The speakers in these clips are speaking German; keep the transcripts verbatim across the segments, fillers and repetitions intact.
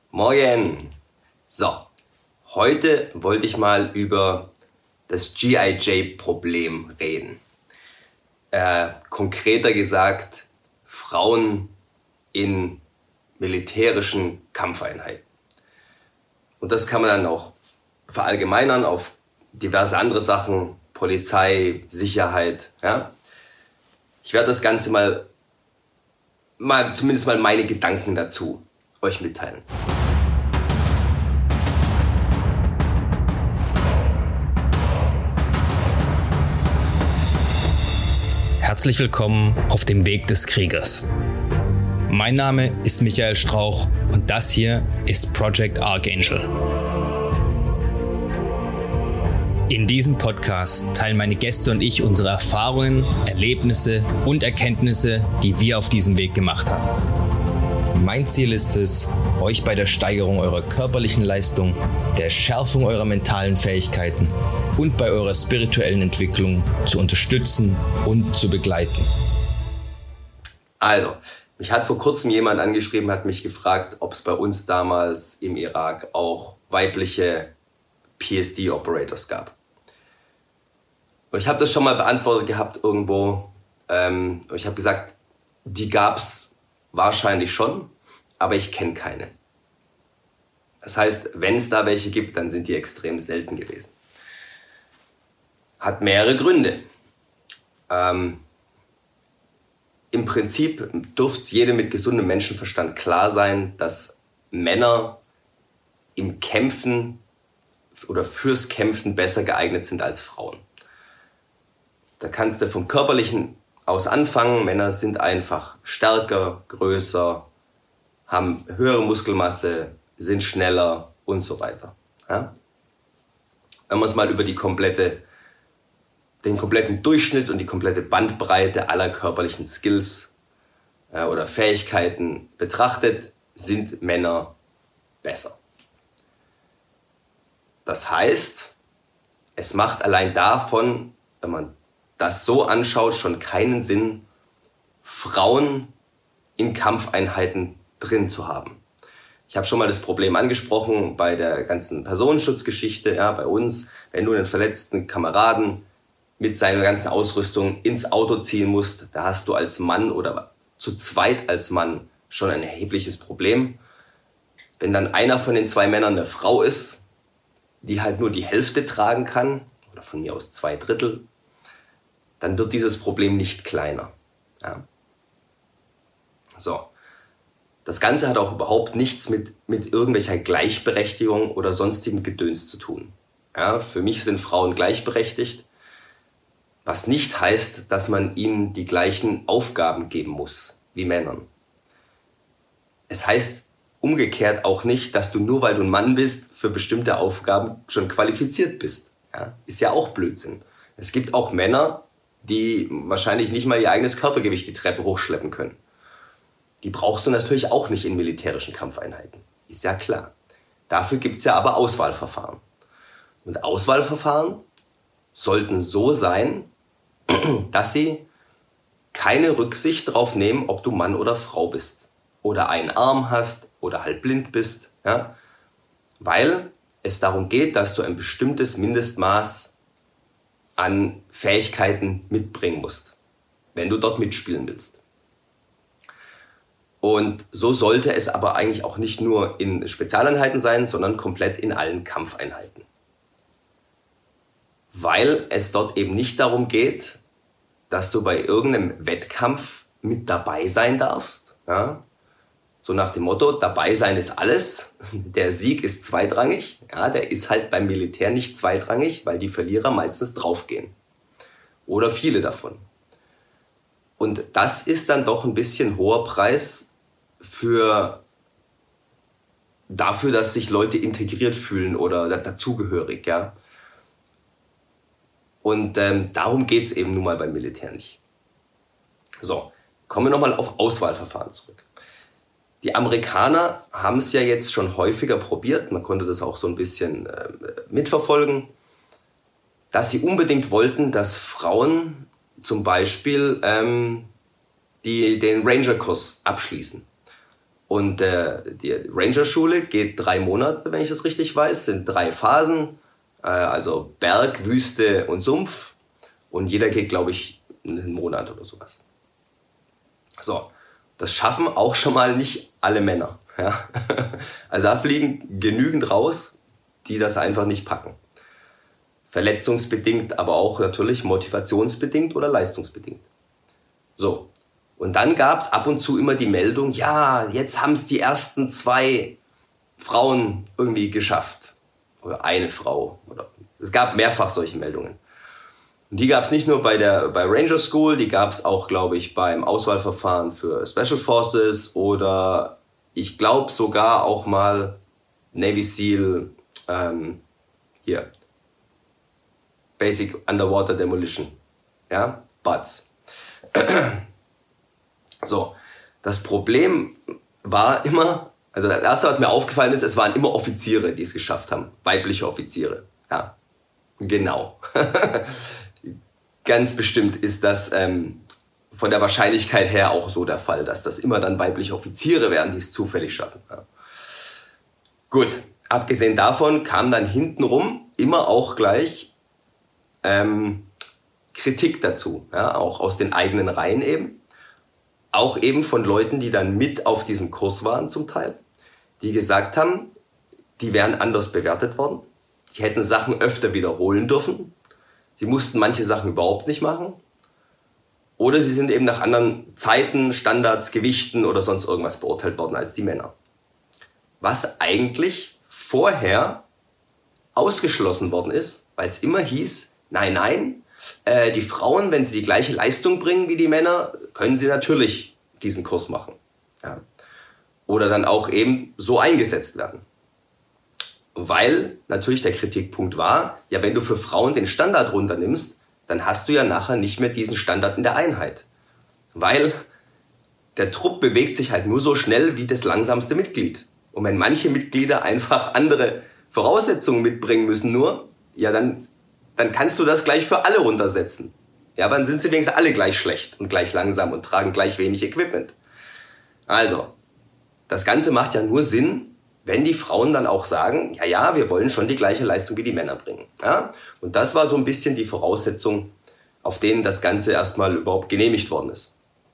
Morgen! So, heute wollte ich mal über das G I J-Problem reden. Äh, konkreter gesagt, Frauen in militärischen Kampfeinheiten. Und das kann man dann auch verallgemeinern auf diverse andere Sachen, Polizei, Sicherheit. Ja? Ich werde das Ganze mal, mal, zumindest mal meine Gedanken dazu euch mitteilen. Herzlich willkommen auf dem Weg des Kriegers. Mein Name ist Michael Strauch und das hier ist Project Archangel. In diesem Podcast teilen meine Gäste und ich unsere Erfahrungen, Erlebnisse und Erkenntnisse, die wir auf diesem Weg gemacht haben. Mein Ziel ist es, euch bei der Steigerung eurer körperlichen Leistung, der Schärfung eurer mentalen Fähigkeiten und bei eurer spirituellen Entwicklung zu unterstützen und zu begleiten. Also, mich hat vor kurzem jemand angeschrieben, hat mich gefragt, ob es bei uns damals im Irak auch weibliche P S D-Operators gab. Und ich habe das schon mal beantwortet gehabt irgendwo. Ähm, ich habe gesagt, die gab es wahrscheinlich schon, aber ich kenne keine. Das heißt, wenn es da welche gibt, dann sind die extrem selten gewesen. Hat mehrere Gründe. Ähm, Im Prinzip dürfte es jedem mit gesundem Menschenverstand klar sein, dass Männer im Kämpfen oder fürs Kämpfen besser geeignet sind als Frauen. Da kannst du vom Körperlichen aus anfangen. Männer sind einfach stärker, größer, haben höhere Muskelmasse, sind schneller und so weiter. Ja? Wenn man es mal über die komplette, den kompletten Durchschnitt und die komplette Bandbreite aller körperlichen Skills äh, oder Fähigkeiten betrachtet, sind Männer besser. Das heißt, es macht allein davon, wenn man das so anschaut, schon keinen Sinn, Frauen in Kampfeinheiten drin zu haben. Ich habe schon mal das Problem angesprochen bei der ganzen Personenschutzgeschichte, ja, bei uns, wenn du einen verletzten Kameraden mit seiner ganzen Ausrüstung ins Auto ziehen musst, da hast du als Mann oder zu zweit als Mann schon ein erhebliches Problem. Wenn dann einer von den zwei Männern eine Frau ist, die halt nur die Hälfte tragen kann, oder von mir aus zwei Drittel, dann wird dieses Problem nicht kleiner. Ja. So. Das Ganze hat auch überhaupt nichts mit, mit irgendwelcher Gleichberechtigung oder sonstigem Gedöns zu tun. Ja, für mich sind Frauen gleichberechtigt, was nicht heißt, dass man ihnen die gleichen Aufgaben geben muss wie Männern. Es heißt umgekehrt auch nicht, dass du nur weil du ein Mann bist, für bestimmte Aufgaben schon qualifiziert bist. Ja, ist ja auch Blödsinn. Es gibt auch Männer, die wahrscheinlich nicht mal ihr eigenes Körpergewicht die Treppe hochschleppen können. Die brauchst du natürlich auch nicht in militärischen Kampfeinheiten. Ist ja klar. Dafür gibt's ja aber Auswahlverfahren. Und Auswahlverfahren sollten so sein, dass sie keine Rücksicht darauf nehmen, ob du Mann oder Frau bist. Oder einen Arm hast oder halt blind bist. Ja? Weil es darum geht, dass du ein bestimmtes Mindestmaß an Fähigkeiten mitbringen musst, wenn du dort mitspielen willst. Und so sollte es aber eigentlich auch nicht nur in Spezialeinheiten sein, sondern komplett in allen Kampfeinheiten. Weil es dort eben nicht darum geht, dass du bei irgendeinem Wettkampf mit dabei sein darfst. Ja? So nach dem Motto, dabei sein ist alles, der Sieg ist zweitrangig. Ja, der ist halt beim Militär nicht zweitrangig, weil die Verlierer meistens draufgehen. Oder viele davon. Und das ist dann doch ein bisschen hoher Preis für dafür, dass sich Leute integriert fühlen oder dazugehörig. Ja? Und ähm, darum geht es eben nun mal beim Militär nicht. So, kommen wir nochmal auf Auswahlverfahren zurück. Die Amerikaner haben es ja jetzt schon häufiger probiert, man konnte das auch so ein bisschen äh, mitverfolgen, dass sie unbedingt wollten, dass Frauen zum Beispiel ähm, die, den Ranger-Kurs abschließen. Und äh, die Rangerschule geht drei Monate, wenn ich das richtig weiß, sind drei Phasen, äh, also Berg, Wüste und Sumpf. Und jeder geht, glaube ich, einen Monat oder sowas. So, das schaffen auch schon mal nicht alle Männer. Ja? Also da fliegen genügend raus, die das einfach nicht packen. Verletzungsbedingt, aber auch natürlich motivationsbedingt oder leistungsbedingt. So. Und dann gab es ab und zu immer die Meldung, ja, jetzt haben es die ersten zwei Frauen irgendwie geschafft. Oder eine Frau. Oder es gab mehrfach solche Meldungen. Und die gab es nicht nur bei der bei Ranger School, die gab es auch, glaube ich, beim Auswahlverfahren für Special Forces oder ich glaube sogar auch mal Navy SEAL, ähm, hier, Basic Underwater Demolition. Ja, B U D S. So, das Problem war immer, also das Erste, was mir aufgefallen ist, es waren immer Offiziere, die es geschafft haben. Weibliche Offiziere. Ja, genau. Ganz bestimmt ist das ähm, von der Wahrscheinlichkeit her auch so der Fall, dass das immer dann weibliche Offiziere werden, die es zufällig schaffen. Ja. Gut, abgesehen davon kam dann hintenrum immer auch gleich ähm, Kritik dazu, ja, auch aus den eigenen Reihen eben. Auch eben von Leuten, die dann mit auf diesem Kurs waren zum Teil, die gesagt haben, die wären anders bewertet worden. Die hätten Sachen öfter wiederholen dürfen. Die mussten manche Sachen überhaupt nicht machen. Oder sie sind eben nach anderen Zeiten, Standards, Gewichten oder sonst irgendwas beurteilt worden als die Männer. Was eigentlich vorher ausgeschlossen worden ist, weil es immer hieß, nein, nein, äh, die Frauen, wenn sie die gleiche Leistung bringen wie die Männer, können sie natürlich diesen Kurs machen. Ja. Oder dann auch eben so eingesetzt werden. Weil natürlich der Kritikpunkt war, ja, wenn du für Frauen den Standard runternimmst, dann hast du ja nachher nicht mehr diesen Standard in der Einheit. Weil der Trupp bewegt sich halt nur so schnell wie das langsamste Mitglied. Und wenn manche Mitglieder einfach andere Voraussetzungen mitbringen müssen nur, ja, dann, dann kannst du das gleich für alle runtersetzen. Ja, aber dann sind sie wenigstens alle gleich schlecht und gleich langsam und tragen gleich wenig Equipment. Also, das Ganze macht ja nur Sinn, wenn die Frauen dann auch sagen, ja, ja, wir wollen schon die gleiche Leistung wie die Männer bringen. Ja? Und das war so ein bisschen die Voraussetzung, auf denen das Ganze erstmal überhaupt genehmigt worden ist.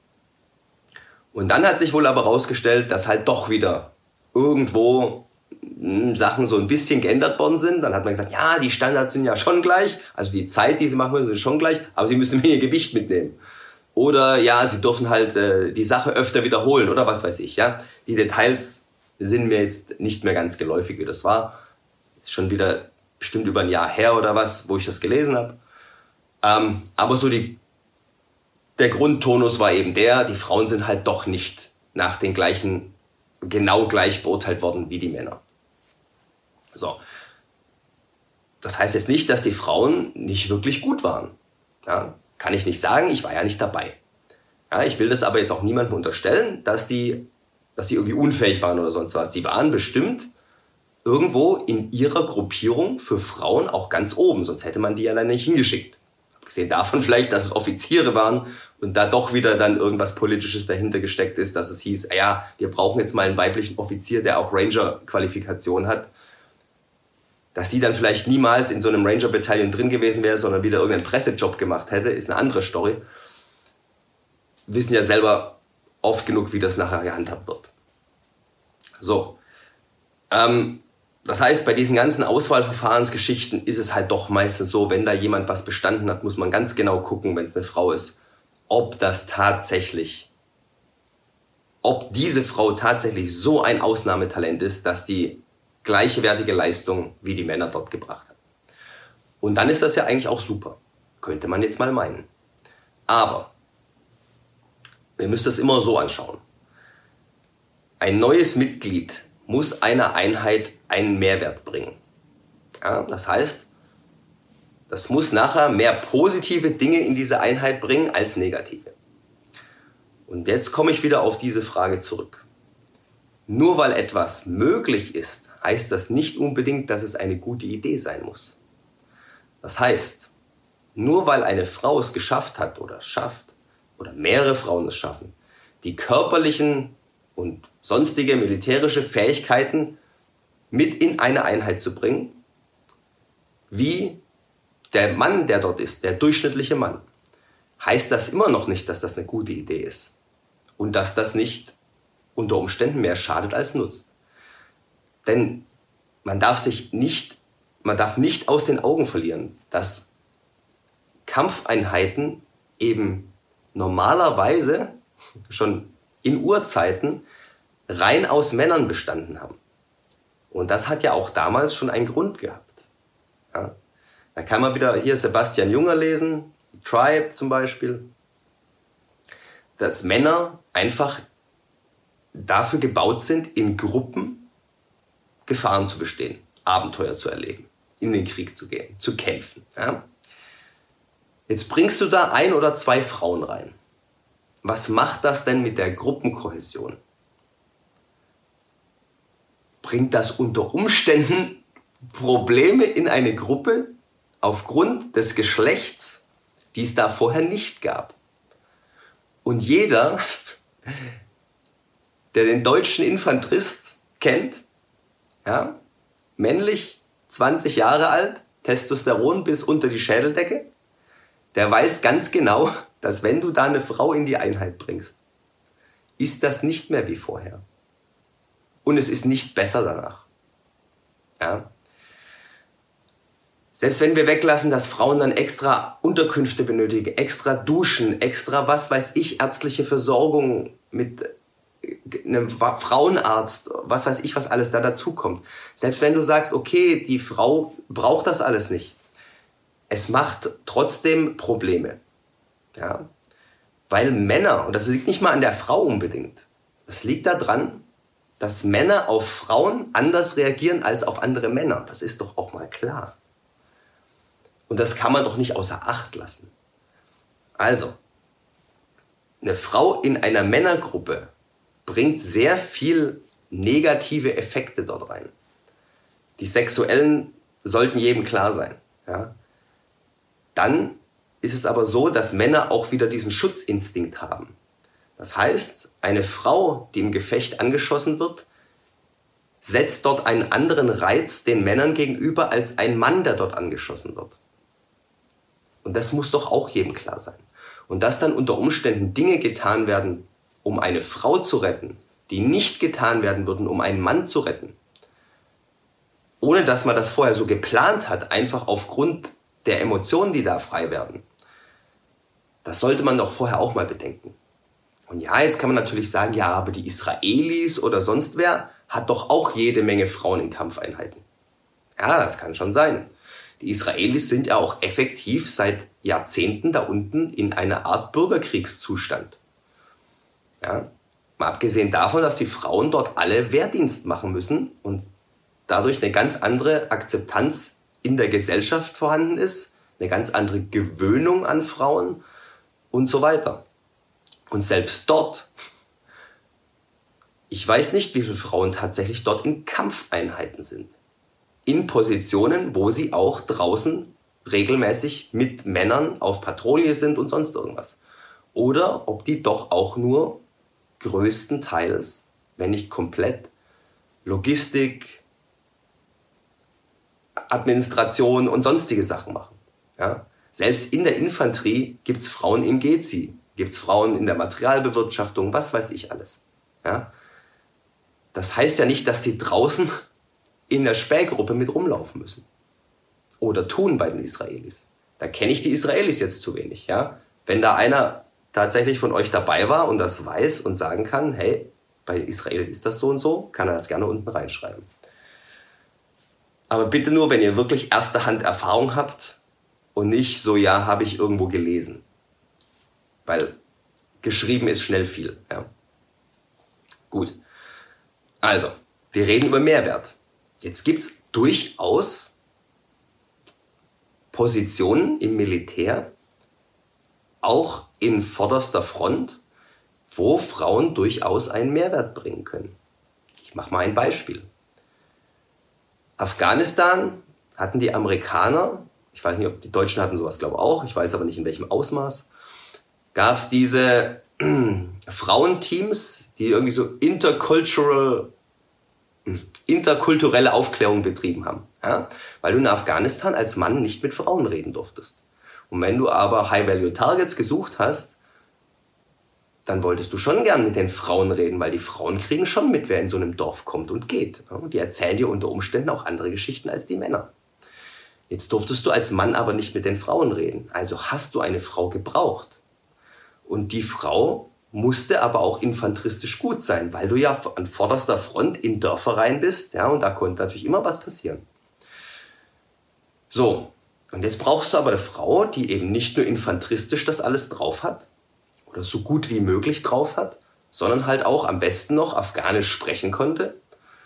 Und dann hat sich wohl aber herausgestellt, dass halt doch wieder irgendwo mh, Sachen so ein bisschen geändert worden sind. Dann hat man gesagt, ja, die Standards sind ja schon gleich, also die Zeit, die sie machen müssen, sind schon gleich, aber sie müssen weniger Gewicht mitnehmen. Oder ja, sie dürfen halt äh, die Sache öfter wiederholen oder was weiß ich. Ja, die Details sind mir jetzt nicht mehr ganz geläufig, wie das war. Ist schon wieder bestimmt über ein Jahr her oder was, wo ich das gelesen habe. Ähm, aber so die, der Grundtonus war eben der, die Frauen sind halt doch nicht nach den gleichen, genau gleich beurteilt worden wie die Männer. So. Das heißt jetzt nicht, dass die Frauen nicht wirklich gut waren. Ja, kann ich nicht sagen, ich war ja nicht dabei. Ja, ich will das aber jetzt auch niemandem unterstellen, dass die dass sie irgendwie unfähig waren oder sonst was. Sie waren bestimmt irgendwo in ihrer Gruppierung für Frauen auch ganz oben, sonst hätte man die ja dann nicht hingeschickt. Abgesehen davon vielleicht, dass es Offiziere waren und da doch wieder dann irgendwas Politisches dahinter gesteckt ist, dass es hieß, ja, wir brauchen jetzt mal einen weiblichen Offizier, der auch Ranger-Qualifikation hat. Dass die dann vielleicht niemals in so einem Ranger-Bataillon drin gewesen wäre, sondern wieder irgendeinen Pressejob gemacht hätte, ist eine andere Story. Wir wissen ja selber oft genug, wie das nachher gehandhabt wird. So. Ähm, das heißt, bei diesen ganzen Auswahlverfahrensgeschichten ist es halt doch meistens so, wenn da jemand was bestanden hat, muss man ganz genau gucken, wenn es eine Frau ist, ob das tatsächlich, ob diese Frau tatsächlich so ein Ausnahmetalent ist, dass die gleichwertige Leistung wie die Männer dort gebracht hat. Und dann ist das ja eigentlich auch super. Könnte man jetzt mal meinen. Aber ihr müsst das immer so anschauen. Ein neues Mitglied muss einer Einheit einen Mehrwert bringen. Ja, das heißt, das muss nachher mehr positive Dinge in diese Einheit bringen als negative. Und jetzt komme ich wieder auf diese Frage zurück. Nur weil etwas möglich ist, heißt das nicht unbedingt, dass es eine gute Idee sein muss. Das heißt, nur weil eine Frau es geschafft hat oder schafft, oder mehrere Frauen es schaffen, die körperlichen und sonstige militärische Fähigkeiten mit in eine Einheit zu bringen, wie der Mann, der dort ist, der durchschnittliche Mann, heißt das immer noch nicht, dass das eine gute Idee ist und dass das nicht unter Umständen mehr schadet als nutzt. Denn man darf sich nicht, man darf nicht aus den Augen verlieren, dass Kampfeinheiten eben normalerweise schon in Urzeiten rein aus Männern bestanden haben. Und das hat ja auch damals schon einen Grund gehabt. Ja? Da kann man wieder hier Sebastian Junger lesen, Tribe zum Beispiel, dass Männer einfach dafür gebaut sind, in Gruppen Gefahren zu bestehen, Abenteuer zu erleben, in den Krieg zu gehen, zu kämpfen. Ja? Jetzt bringst du da ein oder zwei Frauen rein. Was macht das denn mit der Gruppenkohäsion? Bringt das unter Umständen Probleme in eine Gruppe aufgrund des Geschlechts, die es da vorher nicht gab? Und jeder, der den deutschen Infanterist kennt, ja, männlich, zwanzig Jahre alt, Testosteron bis unter die Schädeldecke, der weiß ganz genau, dass wenn du da eine Frau in die Einheit bringst, ist das nicht mehr wie vorher. Und es ist nicht besser danach. Ja. Selbst wenn wir weglassen, dass Frauen dann extra Unterkünfte benötigen, extra Duschen, extra was weiß ich, ärztliche Versorgung mit einem Frauenarzt, was weiß ich, was alles da dazukommt. Selbst wenn du sagst, okay, die Frau braucht das alles nicht. Es macht trotzdem Probleme. Ja? Weil Männer, und das liegt nicht mal an der Frau unbedingt, das liegt daran, dass Männer auf Frauen anders reagieren als auf andere Männer. Das ist doch auch mal klar. Und das kann man doch nicht außer Acht lassen. Also, eine Frau in einer Männergruppe bringt sehr viel negative Effekte dort rein. Die sexuellen sollten jedem klar sein. Ja? Dann ist es aber so, dass Männer auch wieder diesen Schutzinstinkt haben. Das heißt, eine Frau, die im Gefecht angeschossen wird, setzt dort einen anderen Reiz den Männern gegenüber als ein Mann, der dort angeschossen wird. Und das muss doch auch jedem klar sein. Und dass dann unter Umständen Dinge getan werden, um eine Frau zu retten, die nicht getan werden würden, um einen Mann zu retten, ohne dass man das vorher so geplant hat, einfach aufgrund der Emotionen, die da frei werden, das sollte man doch vorher auch mal bedenken. Und ja, jetzt kann man natürlich sagen, ja, aber die Israelis oder sonst wer hat doch auch jede Menge Frauen in Kampfeinheiten. Ja, das kann schon sein. Die Israelis sind ja auch effektiv seit Jahrzehnten da unten in einer Art Bürgerkriegszustand. Ja, mal abgesehen davon, dass die Frauen dort alle Wehrdienst machen müssen und dadurch eine ganz andere Akzeptanz in der Gesellschaft vorhanden ist, eine ganz andere Gewöhnung an Frauen und so weiter. Und selbst dort, ich weiß nicht, wie viele Frauen tatsächlich dort in Kampfeinheiten sind. In Positionen, wo sie auch draußen regelmäßig mit Männern auf Patrouille sind und sonst irgendwas. Oder ob die doch auch nur größtenteils, wenn nicht komplett, Logistik, Administration und sonstige Sachen machen. Ja? Selbst in der Infanterie gibt es Frauen im Gezi, gibt es Frauen in der Materialbewirtschaftung, was weiß ich alles. Ja? Das heißt ja nicht, dass die draußen in der Spähgruppe mit rumlaufen müssen. Oder tun bei den Israelis. Da kenne ich die Israelis jetzt zu wenig. Ja? Wenn da einer tatsächlich von euch dabei war und das weiß und sagen kann, hey, bei den Israelis ist das so und so, kann er das gerne unten reinschreiben. Aber bitte nur, wenn ihr wirklich erste Hand Erfahrung habt und nicht so, ja, habe ich irgendwo gelesen. Weil geschrieben ist schnell viel. Ja? Gut. Also, wir reden über Mehrwert. Jetzt gibt es durchaus Positionen im Militär, auch in vorderster Front, wo Frauen durchaus einen Mehrwert bringen können. Ich mache mal ein Beispiel. Afghanistan hatten die Amerikaner, ich weiß nicht, ob die Deutschen hatten sowas, glaube ich auch, ich weiß aber nicht in welchem Ausmaß, gab es diese Frauenteams, die irgendwie so intercultural, interkulturelle Aufklärung betrieben haben. Ja? Weil du in Afghanistan als Mann nicht mit Frauen reden durftest. Und wenn du aber High-Value-Targets gesucht hast, dann wolltest du schon gern mit den Frauen reden, weil die Frauen kriegen schon mit, wer in so einem Dorf kommt und geht. Und die erzählen dir unter Umständen auch andere Geschichten als die Männer. Jetzt durftest du als Mann aber nicht mit den Frauen reden. Also hast du eine Frau gebraucht. Und die Frau musste aber auch infanteristisch gut sein, weil du ja an vorderster Front in Dörfer rein bist. Ja, und da konnte natürlich immer was passieren. So, und jetzt brauchst du aber eine Frau, die eben nicht nur infanteristisch das alles drauf hat, oder so gut wie möglich drauf hat, sondern halt auch am besten noch Afghanisch sprechen konnte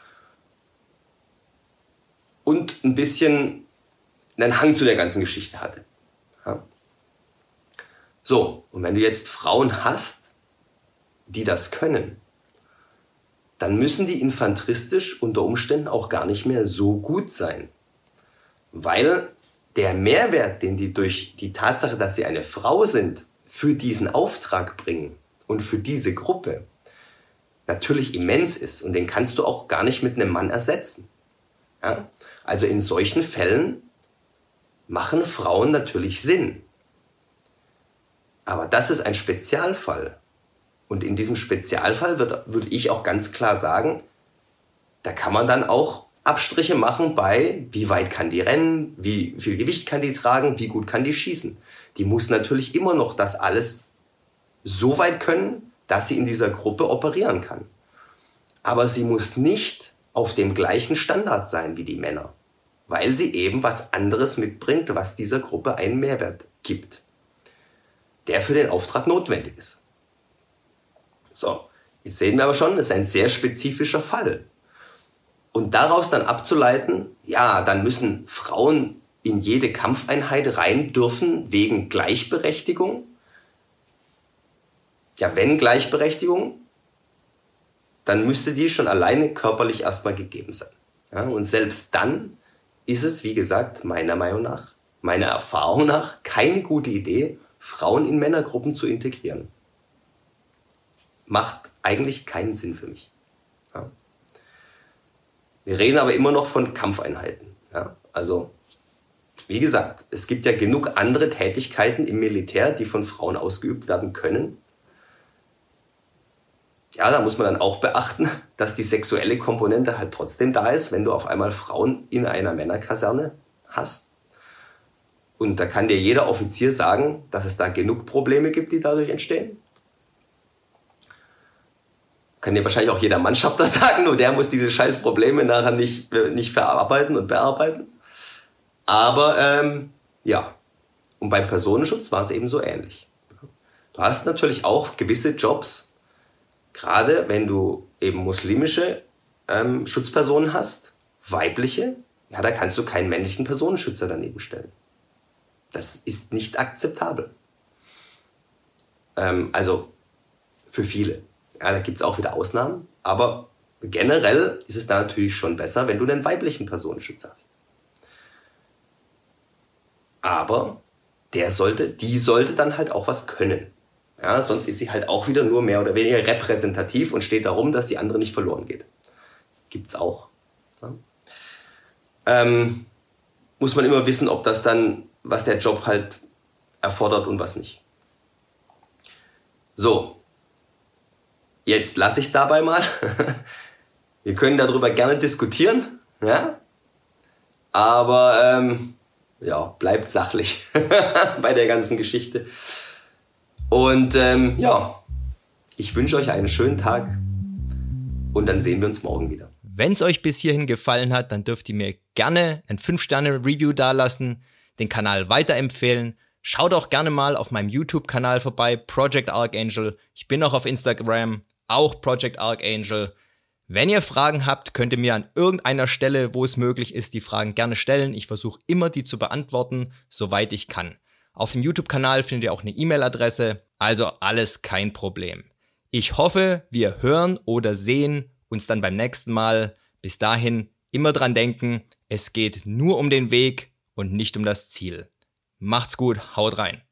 und ein bisschen einen Hang zu der ganzen Geschichte hatte. Ja. So, und wenn du jetzt Frauen hast, die das können, dann müssen die infanteristisch unter Umständen auch gar nicht mehr so gut sein. Weil der Mehrwert, den die durch die Tatsache, dass sie eine Frau sind, für diesen Auftrag bringen und für diese Gruppe natürlich immens ist. Und den kannst du auch gar nicht mit einem Mann ersetzen. Ja? Also in solchen Fällen machen Frauen natürlich Sinn. Aber das ist ein Spezialfall. Und in diesem Spezialfall wird, würde ich auch ganz klar sagen, da kann man dann auch Abstriche machen bei, wie weit kann die rennen, wie viel Gewicht kann die tragen, wie gut kann die schießen. Die muss natürlich immer noch das alles so weit können, dass sie in dieser Gruppe operieren kann. Aber sie muss nicht auf dem gleichen Standard sein wie die Männer, weil sie eben was anderes mitbringt, was dieser Gruppe einen Mehrwert gibt, der für den Auftrag notwendig ist. So, jetzt sehen wir aber schon, es ist ein sehr spezifischer Fall. Und daraus dann abzuleiten, ja, dann müssen Frauen in jede Kampfeinheit rein dürfen wegen Gleichberechtigung. Ja, wenn Gleichberechtigung, dann müsste die schon alleine körperlich erstmal gegeben sein. Ja, und selbst dann ist es, wie gesagt, meiner Meinung nach, meiner Erfahrung nach, keine gute Idee, Frauen in Männergruppen zu integrieren. Macht eigentlich keinen Sinn für mich. Ja. Wir reden aber immer noch von Kampfeinheiten. Ja, also, wie gesagt, es gibt ja genug andere Tätigkeiten im Militär, die von Frauen ausgeübt werden können. Ja, da muss man dann auch beachten, dass die sexuelle Komponente halt trotzdem da ist, wenn du auf einmal Frauen in einer Männerkaserne hast. Und da kann dir jeder Offizier sagen, dass es da genug Probleme gibt, die dadurch entstehen. Kann dir wahrscheinlich auch jeder Mannschafter sagen, nur der muss diese scheiß Probleme nachher nicht, nicht verarbeiten und bearbeiten. Aber ähm, ja, und beim Personenschutz war es eben so ähnlich. Du hast natürlich auch gewisse Jobs, gerade wenn du eben muslimische ähm, Schutzpersonen hast, weibliche, ja, da kannst du keinen männlichen Personenschützer daneben stellen. Das ist nicht akzeptabel. Ähm, also für viele. Ja, da gibt es auch wieder Ausnahmen, aber generell ist es da natürlich schon besser, wenn du einen weiblichen Personenschützer hast. Aber der sollte, die sollte dann halt auch was können. Ja, sonst ist sie halt auch wieder nur mehr oder weniger repräsentativ und steht darum, dass die andere nicht verloren geht. Gibt's auch. Ja. Ähm, muss man immer wissen, ob das dann, was der Job halt erfordert und was nicht. So. Jetzt lasse ich es dabei mal. Wir können darüber gerne diskutieren. Ja? Aber ähm, ja, bleibt sachlich bei der ganzen Geschichte. Und ähm, ja, ich wünsche euch einen schönen Tag und dann sehen wir uns morgen wieder. Wenn es euch bis hierhin gefallen hat, dann dürft ihr mir gerne ein fünf Sterne Review dalassen, den Kanal weiterempfehlen. Schaut auch gerne mal auf meinem YouTube-Kanal vorbei, Project Archangel. Ich bin auch auf Instagram, auch Project Archangel. Wenn ihr Fragen habt, könnt ihr mir an irgendeiner Stelle, wo es möglich ist, die Fragen gerne stellen. Ich versuche immer, die zu beantworten, soweit ich kann. Auf dem YouTube-Kanal findet ihr auch eine E-Mail-Adresse, also alles kein Problem. Ich hoffe, wir hören oder sehen uns dann beim nächsten Mal. Bis dahin immer dran denken, es geht nur um den Weg und nicht um das Ziel. Macht's gut, haut rein.